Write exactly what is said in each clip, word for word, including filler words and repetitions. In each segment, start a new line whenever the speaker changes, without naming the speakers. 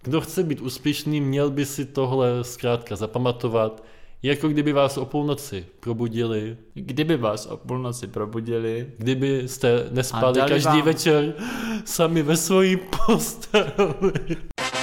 Kdo chce být úspěšný, měl by si tohle zkrátka zapamatovat, jako kdyby vás o půlnoci probudili.
Kdyby vás o půlnoci probudili.
Kdyby jste nespali každý vám... večer sami ve svojí posteli.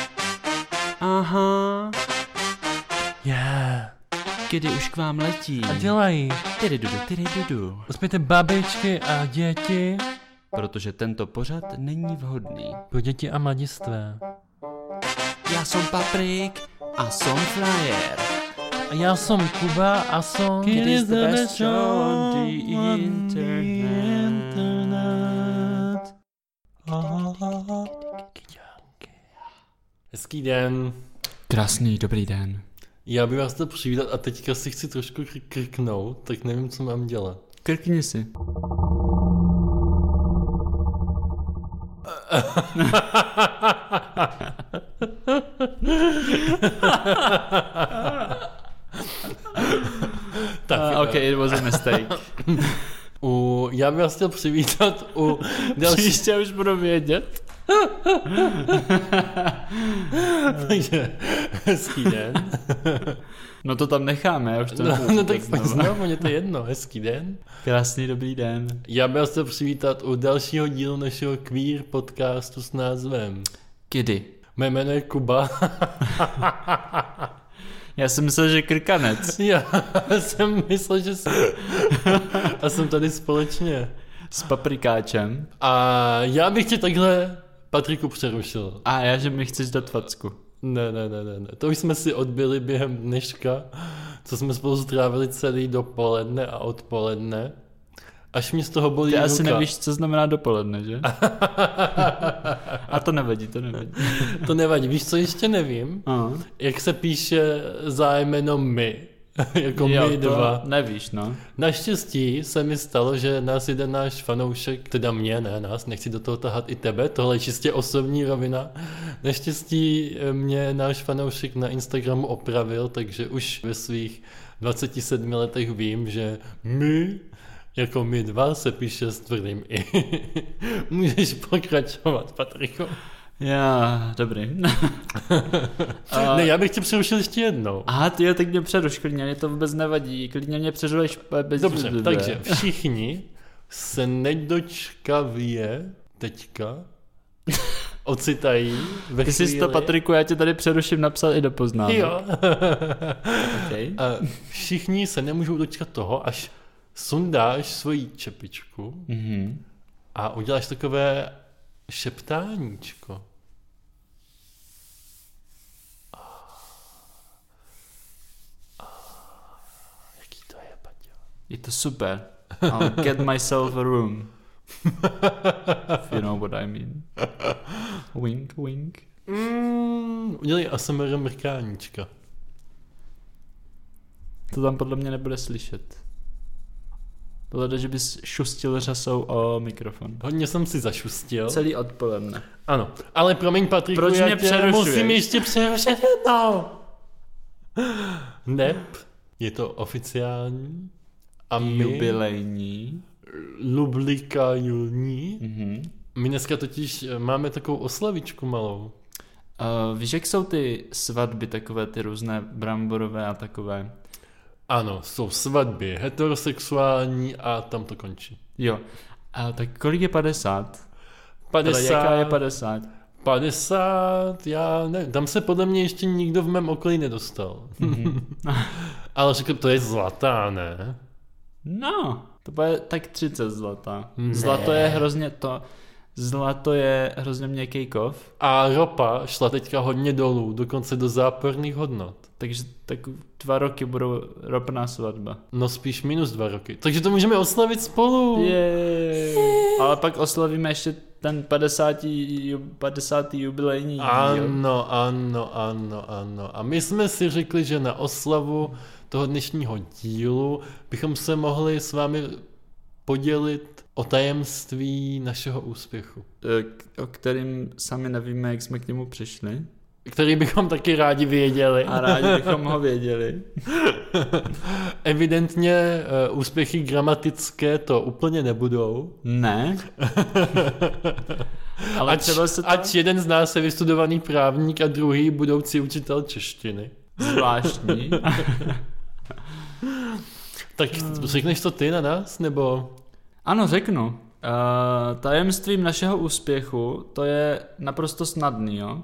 Aha.
Yeah.
Kdy už k vám letí.
A dělají.
Tyry dudu, tyry dudu.
Uspějte babičky a děti.
Protože tento pořad není vhodný.
Pro děti a mladistvé.
Já jsem Paprik a jsem Flyer.
A já jsem Kuba a jsem...
It is the best show on the internet.
Hezký den.
Krásný, dobrý den.
Já bych vás chtěl přivítat a teďka si chci trošku krknout, tak nevím, co mám dělat.
Krkni si.
Tak,
uh, ok, it was a mistake.
u, já bych vás chtěl přivítat u další...
Příště už budu vědět.
Takže hezký den.
No to tam necháme, já už to
No, no tak znovu, mě to jedno, hezký den.
Krásný dobrý den.
Já bych vás chtěl přivítat u dalšího dílu našeho queer podcastu s názvem
Kdy?
Mé jméno je Kuba.
Já jsem myslel, že krkanec.
Já jsem myslel, že jsem... A jsem tady společně.
S paprikáčem.
A já bych tě takhle, Patriku, přerušil.
A já, že mi chceš dát facku.
Ne, ne, ne, ne, ne. To už jsme si odbyli během dneška, co jsme spolu strávili celý dopoledne a odpoledne. Až mě z toho bolí
Ty
ruka.
asi nevíš, co znamená dopoledne, že? A to nevadí, to nevadí.
To nevadí. Víš, co ještě nevím?
Aha.
Jak se píše zájmeno my. Jako
jo,
my dva.
Nevíš, no.
Naštěstí se mi stalo, že nás jeden náš fanoušek, teda mě, ne nás, nechci do toho tahat i tebe, tohle je čistě osobní rovina. Naštěstí mě náš fanoušek na Instagramu opravil, takže už ve svých dvaceti sedmi letech vím, že my, jako my dva, se píše s tvrdým i. Můžeš pokračovat, Patriku.
Já, dobrý.
uh, ne, já bych tě přerušil ještě jednou.
Aha, ty jo, tak mě přeruš, klidně, mě to vůbec nevadí, klidně mě přerušuješ bez...
Dobře, bez... takže všichni se nedočkavě teďka ocitají ve
Ty
chvíli...
jsi to, Patriku, já tě tady přeruším, napsal i do poznámek.
Jo.
Okay.
A všichni se nemůžou dočkat toho, až sundáš svoji čepičku
mm-hmm.
a uděláš takové šeptáníčko. Jaký to je, Paťo?
Je to super. I'll get myself a room. If you know what I mean. Wink, wink.
Mm, udělej A S M R mrkáníčka.
To tam podle mě nebude slyšet. Podle, že bys šustil řasou o mikrofon.
Hodně jsem si zašustil.
Celý odpoledne.
Ano, ale promiň, Patriku,
proč
já
mě
tě
přerušuješ?
Musím ještě přerušit jednou. Nep, je to oficiální. A my...
Jubilejní.
Lublikajulní.
Mm-hmm.
My dneska totiž máme takovou oslavičku malou.
Uh, víš, jak jsou ty svatby, takové ty různé bramborové a takové?
Ano, jsou svatby heterosexuální a tam to končí.
Jo. A tak kolik je padesát?
padesát.
Teda jaká je padesát?
padesát, já ne, tam se podle mě ještě nikdo v mém okolí nedostal. Mm-hmm. Ale řekl, to je zlatá, ne?
No, to bude tak třicet zlata.
Ne.
Zlato je hrozně to... Zlato je hrozně měkký kov.
A ropa šla teďka hodně dolů, dokonce do záporných hodnot.
Takže tak dva roky budou ropná svatba.
No spíš minus dva roky. Takže to můžeme oslavit spolu.
Jej. Ale pak oslavíme ještě ten padesátý, padesátý jubilejní díl.
Ano, ano, ano, ano. A my jsme si řekli, že na oslavu toho dnešního dílu bychom se mohli s vámi podělit o tajemství našeho úspěchu.
O kterým sami nevíme, jak jsme k němu přišli.
který bychom taky rádi věděli.
A rádi bychom ho věděli.
Evidentně uh, úspěchy gramatické to úplně nebudou.
Ne. Ale
ať,
třeba se to...
ať jeden z nás je vystudovaný právník a druhý budoucí učitel češtiny.
Zvláštní.
Tak řekneš to ty na nás, nebo...
Ano, řeknu. Uh, tajemstvím našeho úspěchu to je naprosto snadný, jo.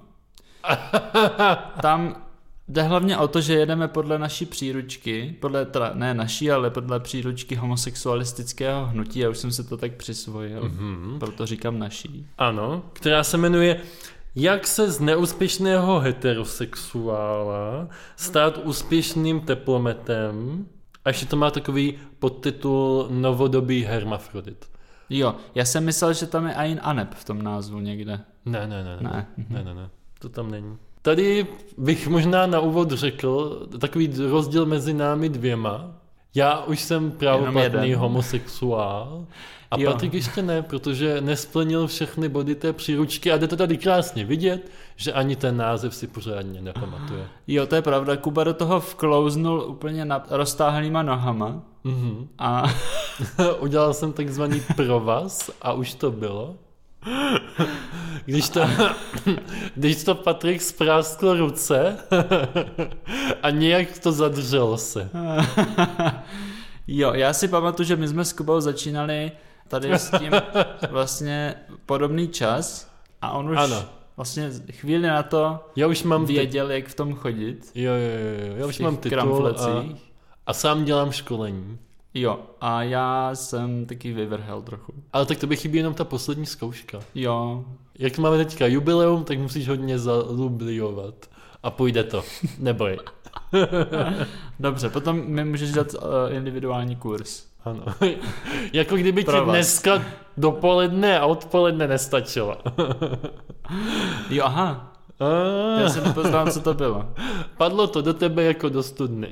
Tam jde hlavně o to, že jedeme podle naší příručky, podle teda, ne naší, ale podle příručky homosexualistického hnutí, já už jsem si to tak přisvojil, mm-hmm. proto říkám naší.
Ano, která se jmenuje Jak se z neúspěšného heterosexuála stát úspěšným teplometem, a ještě to má takový podtitul Novodobý hermafrodit.
Jo, já jsem myslel, že tam je Ain Aneb v tom názvu někde.
Ne, ne, ne, ne,
ne,
ne, ne, ne. To tam není. Tady bych možná na úvod řekl takový rozdíl mezi námi dvěma. Já už jsem právoplatný homosexuál a jo. Patrik ještě ne, protože nesplnil všechny body té příručky a jde to tady krásně vidět, že ani ten název si pořádně nepamatuje.
Jo, to je pravda, Kuba do toho vklouznul úplně nad roztáhlýma nohama
mm-hmm.
a
udělal jsem takzvaný provaz a už to bylo. Když to, když to Patrik spráskl ruce a nějak to zadržel se.
Jo, já si pamatuju, že my jsme s Kubou začínali tady s tím vlastně podobný čas a on už ano. vlastně chvíli na to
já už mám
věděl,
ty...
jak v tom chodit.
Jo, jo, jo, já už mám titul a, a sám dělám školení.
Jo, a já jsem taky vyvrhel trochu.
Ale tak to by chybí jenom ta poslední zkouška.
Jo.
Jak máme teďka jubileum, tak musíš hodně zalubliovat. A půjde to. Neboj.
Dobře, potom mi můžeš dát uh, individuální kurz.
Ano. Jako kdyby ti dneska dopoledne a odpoledne nestačilo.
Jo, aha. Já jsem nepoznal, co to bylo.
Padlo to do tebe jako do studny.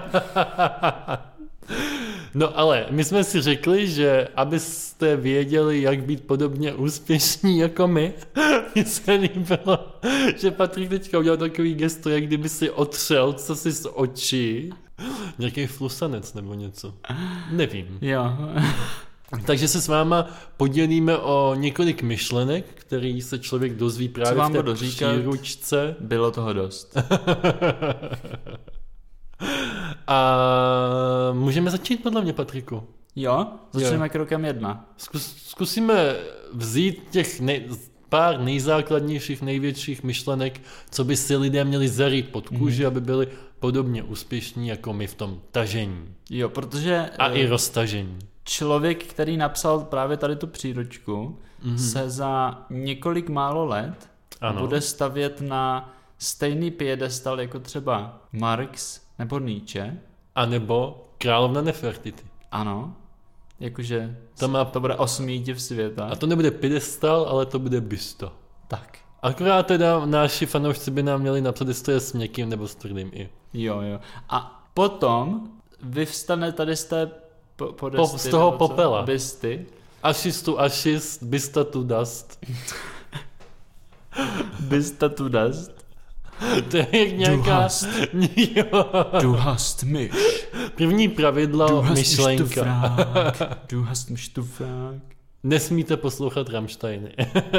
No ale my jsme si řekli, že abyste věděli, jak být podobně úspěšní jako my, mi se líbilo, že Patrik teďka udělal takový gesto, jak kdyby si otřel co si z očí. Nějaký flusanec nebo něco. Nevím.
Jo.
Takže se s váma podělíme o několik myšlenek, který se člověk dozví právě v té příručce.
Bylo toho dost.
A můžeme začít podle mě, Patriku.
Jo, začneme jo. krokem jedna.
Zkus, zkusíme vzít těch nej, pár nejzákladnějších, největších myšlenek, co by si lidé měli zarýt pod kůži, mm. aby byli podobně úspěšní jako my v tom tažení.
Jo, protože...
A e, i roztažení.
Člověk, který napsal právě tady tu příručku, mm. se za několik málo let ano. bude stavět na stejný piedestal jako třeba Marx nebo Nietzsche.
A nebo Královna Nefertiti.
Ano. Jakože
to, má...
to bude osmý div světa.
A to nebude piedestal, ale to bude bysto.
Tak.
Akorát teda naši fanoušci by nám měli napsat, jestli to je s měkkým nebo s tvrdým i.
Jo, jo. A potom vyvstane tady z té po, podesty,
po, z toho popela.
Bysty.
Ashistu ashist, bysta tu dust.
Bysta tu dust.
To je jak nějaká...
Du hast. Du hast mich.
První pravidlo
du hast
myšlenka.
Du hast mich du frag.
Nesmíte poslouchat Rammsteiny.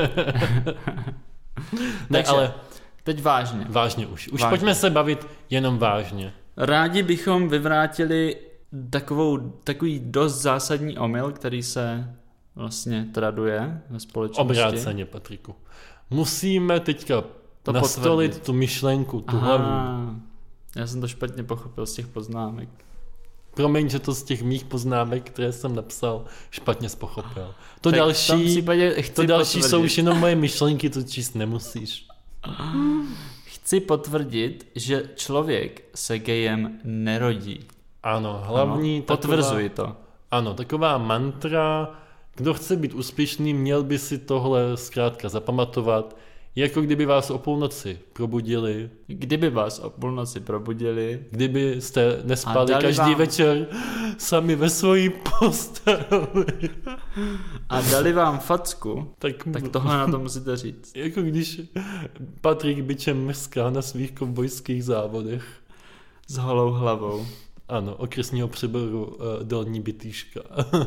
Ne,
Takže,
ale...
teď vážně.
Vážně už. Už
vážně.
Pojďme se bavit jenom vážně.
Rádi bychom vyvrátili takovou, takový dost zásadní omyl, který se vlastně traduje ve společnosti.
Obráceně, Patriku. Musíme teďka to nastolit potvrdit. Tu myšlenku, tu
Aha,
hlavu.
Já jsem to špatně pochopil z těch poznámek.
Promiň, že to z těch mých poznámek, které jsem napsal, špatně pochopil. To
tak
další, to další
potvrdit.
jsou už jenom moje myšlenky, to číst nemusíš.
Chci potvrdit, že člověk se gejem nerodí.
Ano, hlavní...
Ano, potvrzuji to.
Ano, taková mantra, kdo chce být úspěšný, měl by si tohle zkrátka zapamatovat, jako kdyby vás o půlnoci probudili.
Kdyby vás o půlnoci probudili.
Kdyby jste nespali každý vám... večer sami ve svojí posteli.
a dali vám facku, tak, tak tohle na to musíte říct.
Jako když Patrik bičem mrská na svých kovbojských závodech.
S holou hlavou.
Ano, okresního přeboru uh, Dolní Bytýška.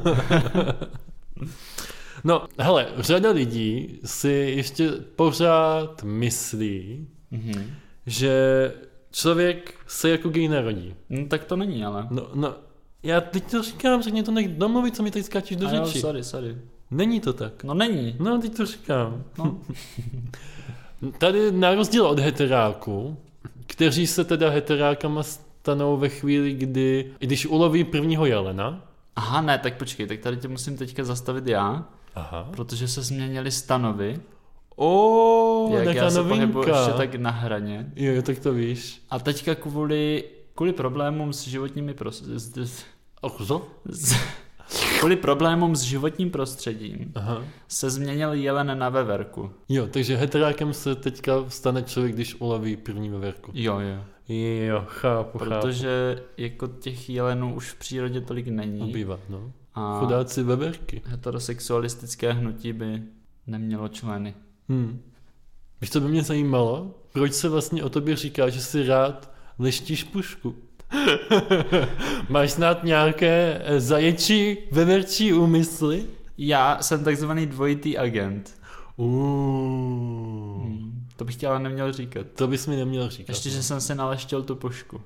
No, hele, řada lidí si ještě pořád myslí, mm-hmm. že člověk se jako gay narodí.
No tak to není, ale.
No, no, já teď to říkám, řekni to nech domluvit, co mi tady skáčeš do
A
řeči.
Jo, sorry, sorry.
Není to tak.
No není.
No, teď to říkám.
No.
Tady na rozdíl od heteráků, kteří se teda heterákama stanou ve chvíli, kdy, když uloví prvního jelena.
Aha, ne, tak počkej, tak tady tě musím teďka zastavit já.
Aha.
Protože se změnily stanovy.
O,
jak já se pohybuji
novinka.
ještě tak na hraně.
Jo, tak to víš.
A teďka kvůli, kvůli problémům s životními prostředím. Kvůli problémům s životním prostředím Aha. se změnil jelen na veverku.
Jo, takže heterákem se teďka stane člověk, když uloví první veverku.
Jo, jo.
Jo, chápu,
Protože
chápu.
jako těch jelenů už v přírodě tolik není.
Obývá, no.
A
chudáci veverky.
Heterosexualistické hnutí by nemělo členy.
Hmm. Víš, co by mě zajímalo? Proč se vlastně o tobě říká, že si rád leštíš pušku? Máš snad nějaké zaječí, veverčí úmysly?
Já jsem takzvaný dvojitý agent.
Uh.
Hmm. To bych tě ale neměl říkat.
To bys mi neměl říkat.
Ještě, že jsem se naleštil tu pušku.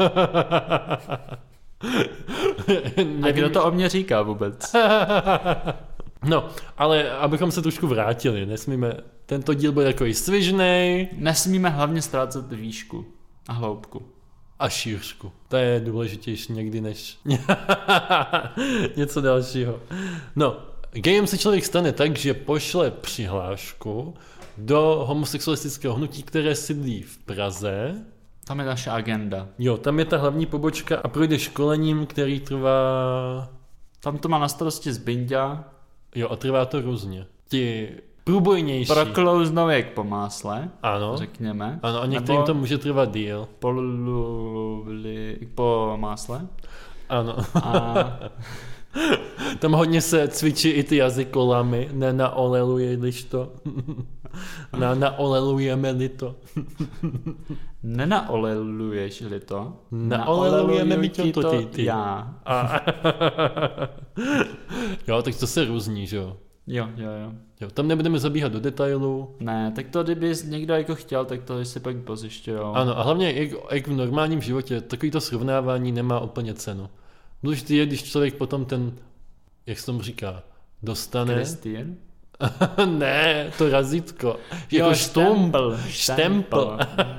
A kdo to o mě říká vůbec?
No, ale abychom se trošku vrátili, nesmíme, tento díl byl jako i svižnej.
Nesmíme hlavně ztrácet výšku a hloubku.
A šířku. To je důležitější někdy než něco dalšího. No, gayem se člověk stane tak, že pošle přihlášku do homosexualistického hnutí, které sídlí v Praze.
Tam je naše agenda.
Jo, tam je ta hlavní pobočka a projde školením, který trvá...
Tam to má na starosti Zbinďa.
Jo, a trvá to různě. Ti průbojnější.
Proklouznou jak po másle,
ano.
řekněme.
Ano, a některým to může trvat díl.
Po, po másle.
Ano.
A...
Tam hodně se cvičí i ty jazykolamy, ne naoleluješ to. Na, naolelujeme-li to.
Nenaoleluješ-li to?
Naolelujeme mi to, to ty, ty.
Já.
A. Jo, tak to se různí, že jo?
Jo, jo, jo.
Jo, tam nebudeme zabíhat do detailů.
Ne, tak to kdyby někdo jako chtěl, tak to si pak pozjišťujou.
Ano, a hlavně jak, jak v normálním životě, takovýto srovnávání nemá úplně cenu. Důležitý je, když člověk potom ten, jak se tomu říká, dostane...
Kristýr?
Ne, to razítko.
Jo,
jako
štempl.
Štempl.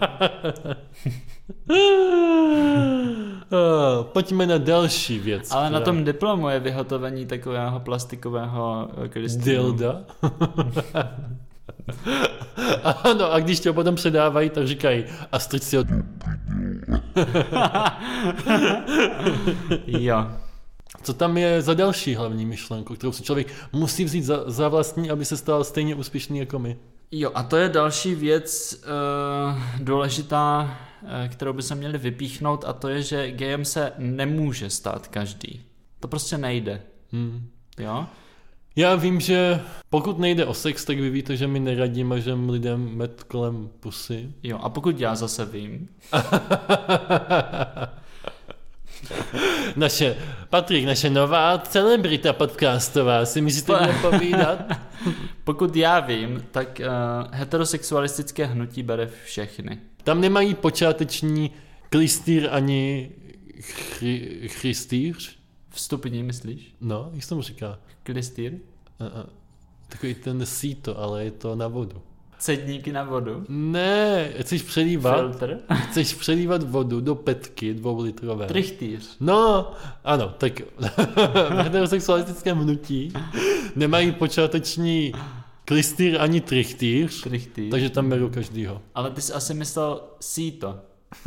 Pojďme na další věc.
Ale která... na tom diplomu je vyhotovení takového plastikového kristýru.
Dilda. Ano, a když tě potom předávají, tak říkají a strč si od...
Jo.
Co tam je za další hlavní myšlenku, kterou si člověk musí vzít za, za vlastní, aby se stal stejně úspěšný jako my?
Jo, a to je další věc uh, důležitá, uh, kterou by se měli vypíchnout, a to je, že gayem se nemůže stát každý. To prostě nejde. Hmm. Jo?
Já vím, že pokud nejde o sex, tak vy víte, že my neradíme, že lidem met kolem pusy.
Jo, a pokud já zase vím...
Naše, Patrik, naše nová celebrita podcastová, si myslíte po... mě povídat?
Pokud já vím, tak uh, heterosexualistické hnutí bere všechny.
Tam nemají počáteční klistýr ani chry, chrystýř?
Vstupní, myslíš?
No, jak se tomu říká?
Klistýr?
Uh-uh. Takový ten síto, ale je to na vodu.
Cedníky na vodu?
Ne, chceš přelívat,
filtr?
Chceš přelívat vodu do petky dvoulitrové.
Trichtýř.
No, ano, tak v heterosexualistickém hnutí nemají počáteční klistýr ani trichtýř,
trichtýř,
takže tam beru každýho.
Ale ty jsi asi myslel síto.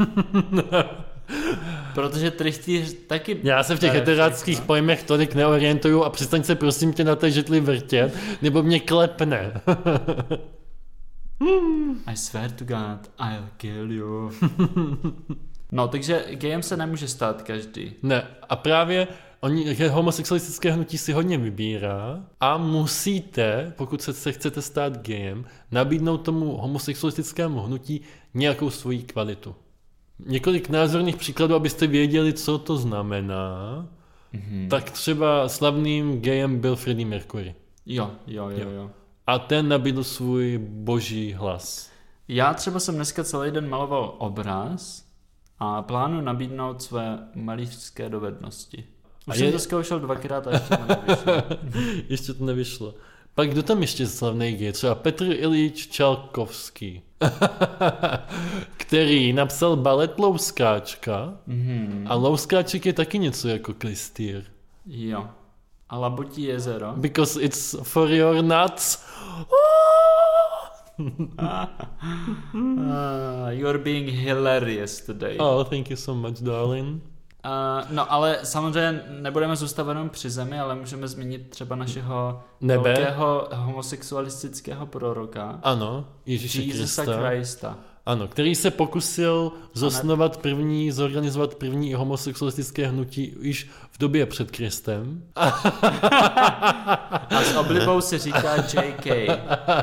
Protože trichtýř taky...
Já se v těch heteráckých pojmech tolik neorientuju a přestaň se prosím tě na té žetli vrtět, nebo mě klepne.
I swear to God, I'll kill you. No, takže gayem se nemůže stát každý.
Ne, a právě oni, homosexualistické hnutí si hodně vybírá a musíte, pokud se, se chcete stát gejem, nabídnout tomu homosexualistickému hnutí nějakou svoji kvalitu. Několik názorných příkladů, abyste věděli, co to znamená. Mm-hmm. Tak třeba slavným gejem byl Freddie Mercury.
Jo, jo, jo, jo.
A ten nabídl svůj boží hlas.
Já třeba jsem dneska celý den maloval obraz a plánuji nabídnout své malířské dovednosti. Už a jsem je... to zkoušel dvakrát a ještě to nevyšlo.
ještě to nevyšlo. Pak kdo tam ještě slavný gej? Třeba Petr Iljič Čalkovský, který napsal balet Louskáčka mm-hmm. a Louskáček je taky něco jako klystýr.
Jo. A Labutí jezero.
Because it's for your nuts.
uh, you're being hilarious today.
Oh, thank you so much, darling.
Uh, no, ale samozřejmě nebudeme zůstat jenom při zemi, ale můžeme zmínit třeba našeho
Nebe.
velkého homosexualistického proroka.
Ano, Ježíše
Ježíše
Krista.
Krista.
Ano, který se pokusil zosnovat první, zorganizovat první homosexualistické hnutí již v době před Kristem.
A s oblibou se říká J K.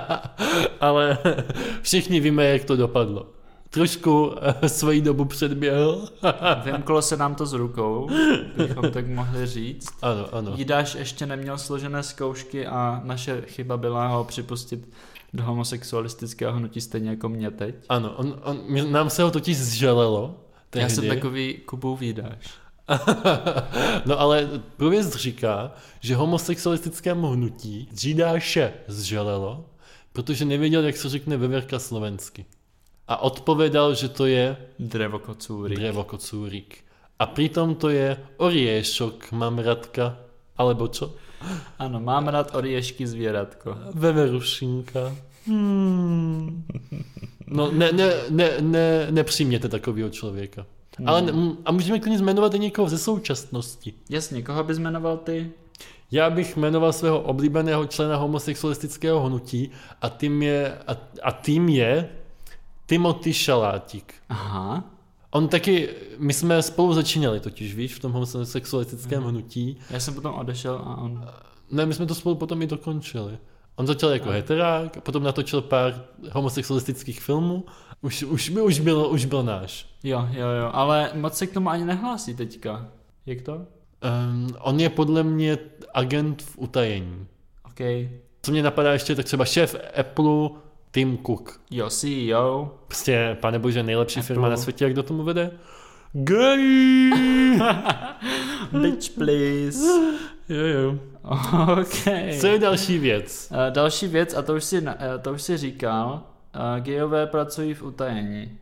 Ale všichni víme, jak to dopadlo. Trošku svoji dobu předběhl.
Vymklo se nám to z rukou, bychom tak mohli říct.
Ano, ano.
Jidáš ještě neměl složené zkoušky a naše chyba byla ho připustit do homosexualistického hnutí stejně jako mě teď.
Ano, on, on, nám se ho totiž zželelo. Tehdy.
Já jsem takový Kubův Jidáš.
No ale průvěst říká, že homosexualistickému hnutí Židáše zželelo, protože nevěděl, jak se řekne veverka slovensky. A odpovědal, že to je
drevokocúrik.
drevokocúrik. A přitom to je oriešok, mám radka, alebo čo?
Ano, mám rád oriešky zvěratko.
Veverušinka. Hmm. No ne, ne, ne, ne, nepřijměte takového člověka. Hmm. Ale a můžeme klidně jmenovat i někoho ze současnosti.
Jasně, koho bys jmenoval ty?
Já bych jmenoval svého oblíbeného člena homosexualistického hnutí a tím je, a, a tím je Timothy Šalátik.
Aha.
On taky, my jsme spolu začínali totiž, víš, v tom homosexualistickém hmm. hnutí.
Já jsem potom odešel a on...
Ne, my jsme to spolu potom i dokončili. On začal jako a. heterák, potom natočil pár homosexualistických filmů, už, už, už, byl, už byl náš.
Jo, jo, jo, ale moc se k tomu ani nehlásí teďka. Jak to?
Um, on je podle mě agent v utajení.
OK.
Co mě napadá ještě, tak třeba šéf Apple, Tim Cook.
Jo, C E O.
Prostě, pane bože, nejlepší Apple. Firma na světě, jak do tomu vede? Gay!
Bitch, please.
Jo, jo.
Okay.
Co je další věc?
Uh, další věc, a to už si, uh, to už si říkal, uh, gayové pracují v utajení.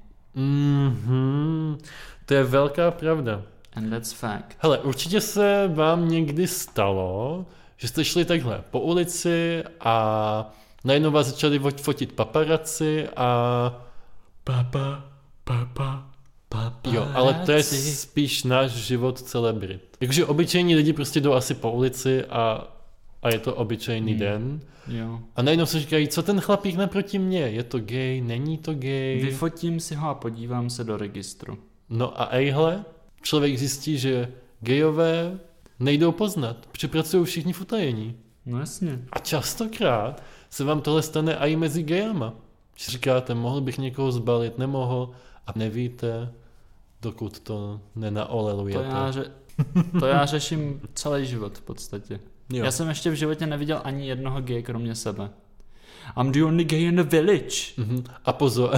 Mhm, to je velká pravda.
And that's fact.
Hele, určitě se vám někdy stalo, že jste šli takhle po ulici a najednou vás začali fotit paparazzi a... Papa, papa, paparazzi. Jo, ale to je spíš náš život celebrit. Jakože obyčejní lidi prostě jdou asi po ulici a, a je to obyčejný hmm. den.
Jo.
A najednou se říkají, co ten chlapík naproti mně? Je to gay? Není to gay?
Vyfotím si ho a podívám se do registru.
No a ejhle, člověk zjistí, že gayové nejdou poznat, protože pracují všichni v utajení.
No jasně.
A častokrát se vám tohle stane i mezi gayama. Že říkáte, mohl bych někoho zbalit, nemohl a nevíte, dokud to nenaolelujete.
To já, ře- to já řeším celý život v podstatě. Jo. Já jsem ještě v životě neviděl ani jednoho gay kromě sebe. I'm the only gay in the village.
Mm-hmm. A pozor.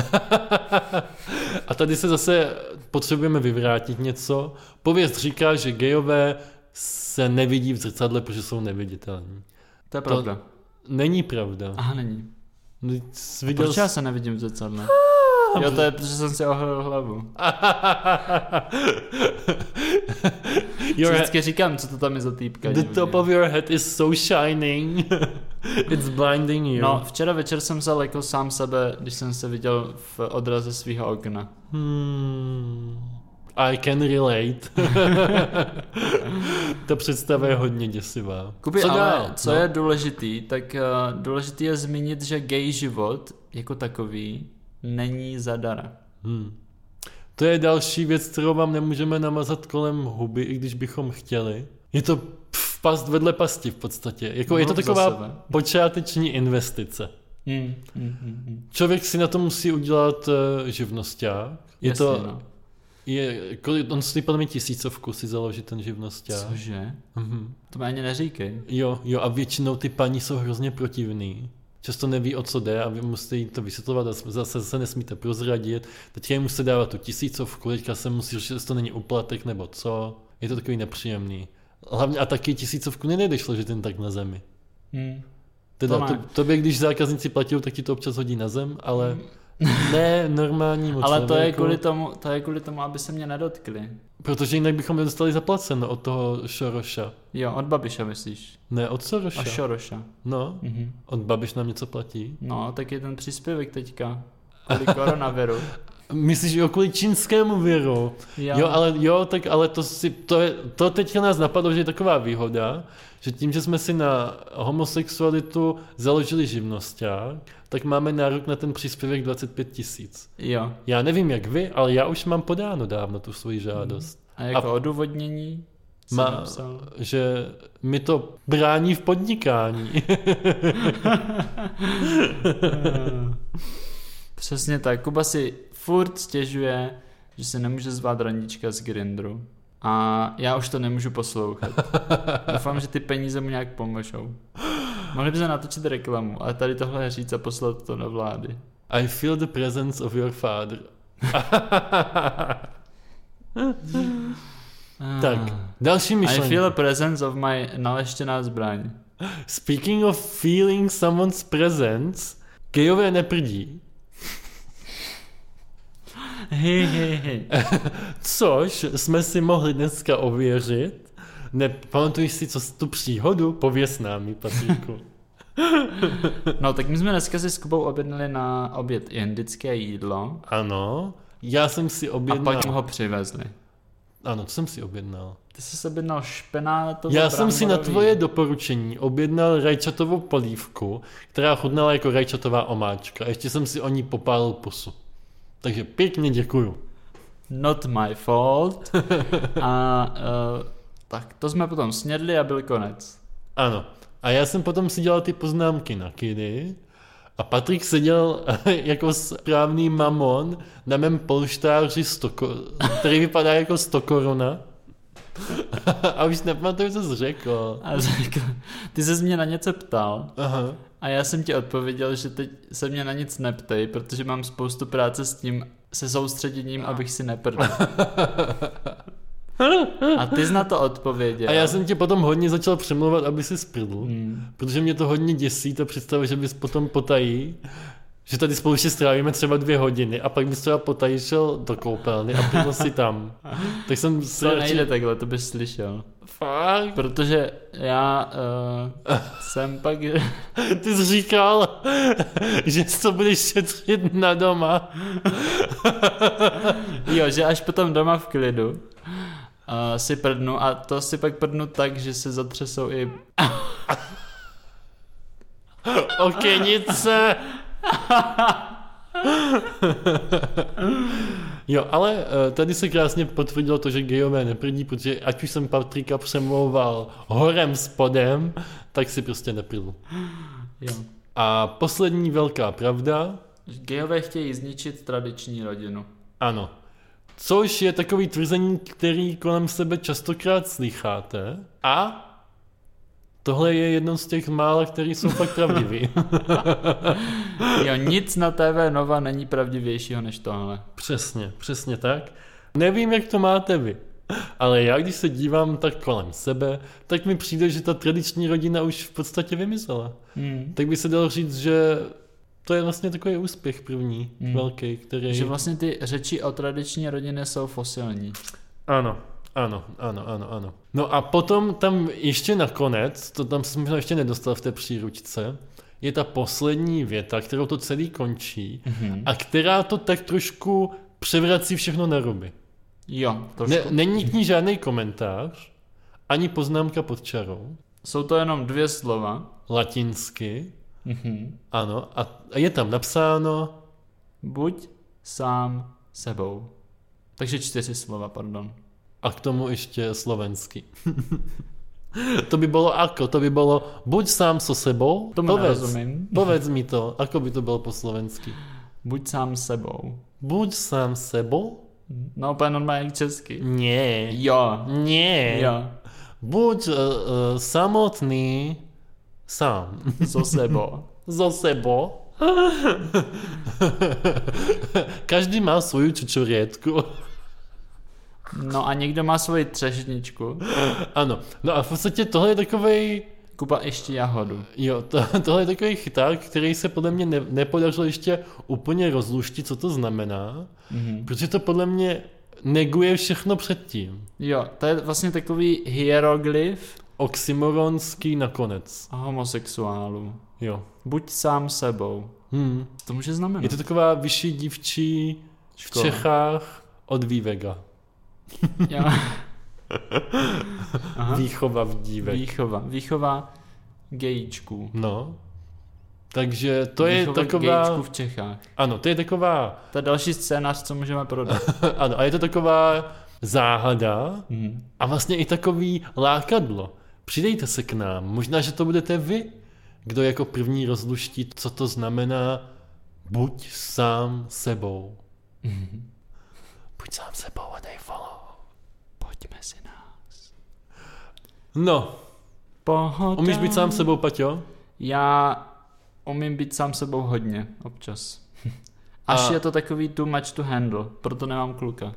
A tady se zase potřebujeme vyvrátit něco. Pověst říká, že gayové se nevidí v zrcadle, protože jsou neviditelní.
To je pravda.
To není pravda.
Aha, není.
Viděl
Proč já se nevidím v zrcadle? Jo, to je, protože jsem si ohlil hlavu. Vždycky říkám, co to tam je za týpka.
The top of your head is so shining. It's blinding you.
No, včera večer jsem se lekl sám sebe, když jsem se viděl v odraze svého okna.
Hmm. I can relate. Ta představa je hodně děsivá.
Kubi,
co
ale
dál?
co
no?
je důležitý, tak uh, důležitý je zmínit, že gay život jako takový není zadara.
Hmm. To je další věc, kterou vám nemůžeme namazat kolem huby, i když bychom chtěli. Je to past vedle pasti v podstatě. Jako no, je to taková počáteční investice.
Mm, mm, mm, mm.
Člověk si na to musí udělat uh, živnosťák. Je
Jasně,
to,
no.
je, on stojí podle mě tisícovku si založit ten živnosťák.
Cože?
Mhm.
To mi ani neříkej.
Jo, jo, a většinou ty paní jsou hrozně protivný. Často neví, o co jde a vy musíte jim to vysvětlovat a zase se nesmíte prozradit. Teďka jim musíte dávat tu tisícovku, teďka se musí řešit, jestli to není uplatek nebo co. Je to takový nepříjemný. Hlavně a taky tisícovku nenejdeš složit jen tak na zemi.
Hmm.
Teda
to
to, tobě, když zákazníci platí, tak ti to občas hodí na zem, ale hmm. ne normálnímu
Ale to je, kvůli tomu, to je kvůli tomu, aby se mě nedotkli.
Protože jinak bychom nedostali zaplaceno od toho Šoroša.
Jo, od Babiša myslíš?
Ne, od Soroša.
Od Šoroša.
No, mm-hmm. Od Babiš nám něco platí.
No, tak je ten příspěvek teďka. Kvůli koronaviru.
Myslíš, jo, kvůli čínskému viru.
Jo.
jo, ale jo, tak ale to si, to, je, to teďka nás napadlo, že je taková výhoda, že tím, že jsme si na homosexualitu založili živnosťák, tak máme nárok na ten příspěvek dvacet pět tisíc.
Jo.
Já nevím, jak vy, ale já už mám podáno dávno tu svoji žádost.
A jako A odůvodnění?
Má, že mi to brání v podnikání.
Přesně tak. Kuba si furt stěžuje, že se nemůže zvát randička z Grindru. A já už to nemůžu poslouchat. Doufám, že ty peníze mu nějak pomůžou. Mohli by se natočit reklamu, ale tady tohle říct a poslat to na vlády.
I feel the presence of your father. Tak, další myšlenka.
I feel the presence of my naleštěná zbraň.
Speaking of feeling someone's presence, gejové neprdí.
Hej, hej, hej.
Což jsme si mohli dneska ověřit. Nepamatuješ si, co tu příhodu? Pověz nám, Patríku.
No, tak my jsme dneska si s Kubou objednali na oběd indické jídlo.
Ano, já jsem si objednal.
A pak ho přivezli.
Ano, co jsem si objednal?
Ty jsi objednal špenátovou
Já jsem si na tvoje doporučení objednal rajčatovou polívku, která chutnala jako rajčatová omáčka. A ještě jsem si o ní popálil pusu. Takže pěkně děkuju.
Not my fault. A uh, tak to jsme potom snědli a byl konec.
Ano. A já jsem potom si dělal ty poznámky na kidy a Patrik seděl jako správný mamon na mém polštáři, stoko, který vypadá jako sto koruna. A už nepamatuju, co jsi řekl.
A řekl, ty ses mě na něco ptal.
Aha. A
já jsem ti odpověděl, že teď se mě na nic neptej, protože mám spoustu práce s tím, se soustředěním, abych si neprdl. A ty jsi na to odpověděl.
A já jsem tě potom hodně začal přemlouvat, aby si sprdl, hmm. protože mě to hodně děsí, ta představa, že bys potom potají, že tady spolu ještě strávíme třeba dvě hodiny a pak bys třeba potají šel do koupelny a prdl si tam. Tak jsem
to si nejde radši... takhle, to bys slyšel.
Fakt?
Protože já uh, jsem pak...
Ty jsi říkal, že to budeš šetřit na doma.
Jo, že až potom doma v klidu uh, si prdnu a to si pak prdnu tak, že se zatřesou i...
Okenice! Jo, ale tady se krásně potvrdilo to, že gejové neprdí, protože ať už jsem Patrika přemlouval horem spodem, tak si prostě neprdl.
Jo.
A poslední velká pravda.
Gejové chtějí zničit tradiční rodinu.
Ano. Což je takový tvrzení, který kolem sebe častokrát slycháte. A tohle je jedno z těch mála, který jsou fakt pravdivý.
Jo, nic na T V Nova není pravdivějšího než tohle.
Přesně, přesně tak. Nevím, jak to máte vy, ale já, když se dívám tak kolem sebe, tak mi přijde, že ta tradiční rodina už v podstatě vymizela. Hmm. Tak by se dalo říct, že to je vlastně takový úspěch první, hmm. velký, který...
Že vlastně ty řeči o tradiční rodině jsou fosilní.
Ano. Ano, ano, ano, ano. No a potom tam ještě nakonec, to tam jsem možná ještě nedostal v té příručce, je ta poslední věta, kterou to celý končí mm-hmm. a která to tak trošku převrací všechno na ruby.
Jo, trošku.
Ne, není k ní žádný komentář, ani poznámka pod čarou.
Jsou to jenom dvě slova.
Latinsky.
Mm-hmm.
Ano, a je tam napsáno
buď sám sebou. Takže čtyři slova, pardon.
A k tomu ještě slovensky. To by bolo ako? To by bolo buď sám so sebou.
Tomu
povedz,
nerozumím.
Povedz mi to, ako by to bolo po slovensky.
Buď sám sebou.
Buď sám sebou?
No úplně normálně česky.
Nie.
Jo.
Nie.
Jo.
Buď uh, uh, samotný sám.
So sebou.
So sebou. Každý má svoju čučoriedku.
No a někdo má svoji třešničku.
Ano, no a v podstatě tohle je takovej...
Kuba ještě jahodu.
Jo, to, tohle je takový chyták, který se podle mě ne, nepodařilo ještě úplně rozluštit, co to znamená, mm-hmm. protože to podle mě neguje všechno předtím.
Jo, to je vlastně takový hieroglyf.
Oxymoronský nakonec.
A homosexuálů.
Jo.
Buď sám sebou.
Hmm.
To může znamenat.
Je to taková vyšší dívčí v
Škola.
Čechách od Vývega.
Jo. Aha.
Výchova v dívek.
Výchova. Výchova gejčků.
No. Takže to je
Výchova
taková...
gejčků v Čechách.
Ano, to je taková...
To je další scénář, co můžeme prodat.
Ano, a je to taková záhada
mm.
a vlastně i takový lákadlo. Přidejte se k nám. Možná, že to budete vy, kdo jako první rozluští, co to znamená buď sám sebou.
Mm.
Buď sám sebou a dej follow.
Pojďme si nás.
No.
Pohoda.
Umíš být sám sebou, Paťo?
Já umím být sám sebou hodně, občas. Až a... je to takový too much to handle, proto nemám kluka.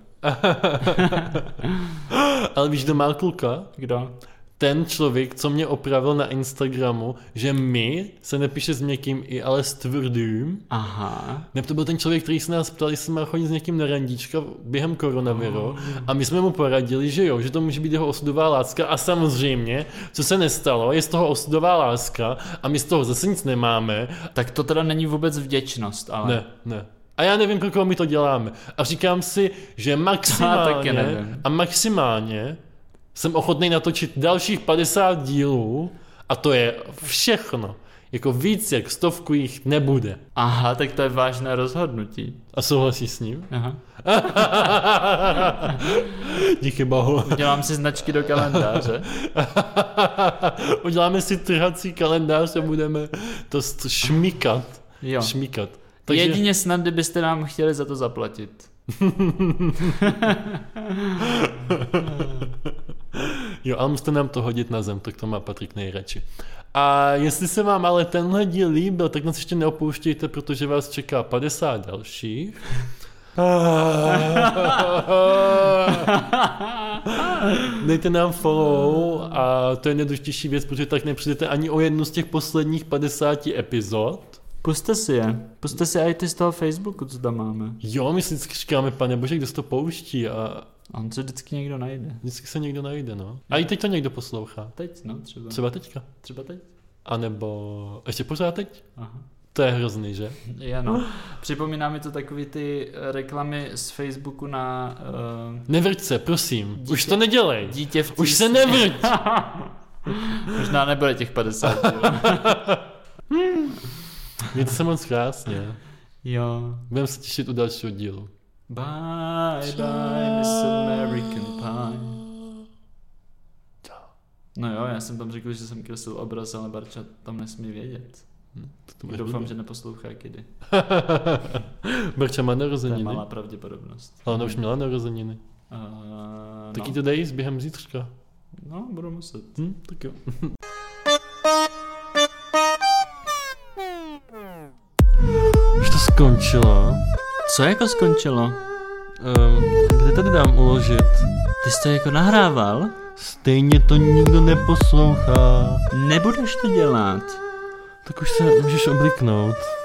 Ale víš, kdo má kluka?
Kdo?
Ten člověk, co mě opravil na Instagramu, že my se nepíše s někým i, ale s tvrdým.
Aha.
Ne, to byl ten člověk, který se nás ptal, jestli má chodit s někým na randíčka během koronaviru. Oh. A my jsme mu poradili, že jo, že to může být jeho osudová láska. A samozřejmě, co se nestalo, je z toho osudová láska a my z toho zase nic nemáme.
Tak to teda není vůbec vděčnost, ale...
Ne, ne. A já nevím, pro koho my to děláme. A říkám si, že maximálně a maximálně jsem ochotný natočit dalších padesát dílů a to je všechno. Jako víc jak stovku jich nebude.
Aha, tak to je vážné rozhodnutí.
A souhlasíš s ním?
Aha.
Díky bohu.
Udělám si značky do kalendáře.
Uděláme si trhací kalendář a budeme to šmíkat.
Jo.
Šmíkat. Takže...
Jedině snad, kdybyste nám chtěli za to zaplatit.
Jo, ale musíte nám to hodit na zem, tak to má Patrik nejradši. A jestli se vám ale tenhle díl líbil, tak nás ještě neopouštějte, protože vás čeká padesát dalších. Dejte nám follow a to je nejdůležitější věc, protože tak nepřijdete ani o jednu z těch posledních padesáti epizod.
Puste si je. Puste si i ty z toho Facebooku, co tam máme.
Jo, my si vždycky říkáme, pane bože, kdo se to pouští a...
A on se vždycky někdo najde.
Vždycky se někdo najde, no. A i teď to někdo poslouchá.
Teď, no, třeba.
Třeba teďka.
Třeba teď.
A nebo ještě pořád teď?
Aha.
To je hrozný, že?
Je, no. Připomíná mi to takový ty reklamy z Facebooku na... Uh...
Nevrť se, prosím. Dítě, už to nedělej.
Dítě v
Už se nevrť.
Možná nebude těch padesát.
Mějte se moc krásně.
Jo.
Budeme se těšit u dalšího dílu.
Bye, bye, Miss American Pie. No jo, já jsem tam řekl, že jsem kreslil obraz, ale Barča tam nesmí vědět. Hm, doufám, že neposlouchá Kidy.
Barča má narozeniny.
To je malá pravděpodobnost.
Ale ona už měla narozeniny.
Uh,
tak
no.
jí to dej během zítřka.
No, budu muset.
Hm, tak jo. Už to skončilo.
Co jako skončilo?
Um, kde tady dám uložit?
Ty jsi to jako nahrával?
Stejně to nikdo neposlouchá.
Nebudeš to dělat.
Tak už se můžeš obliknout.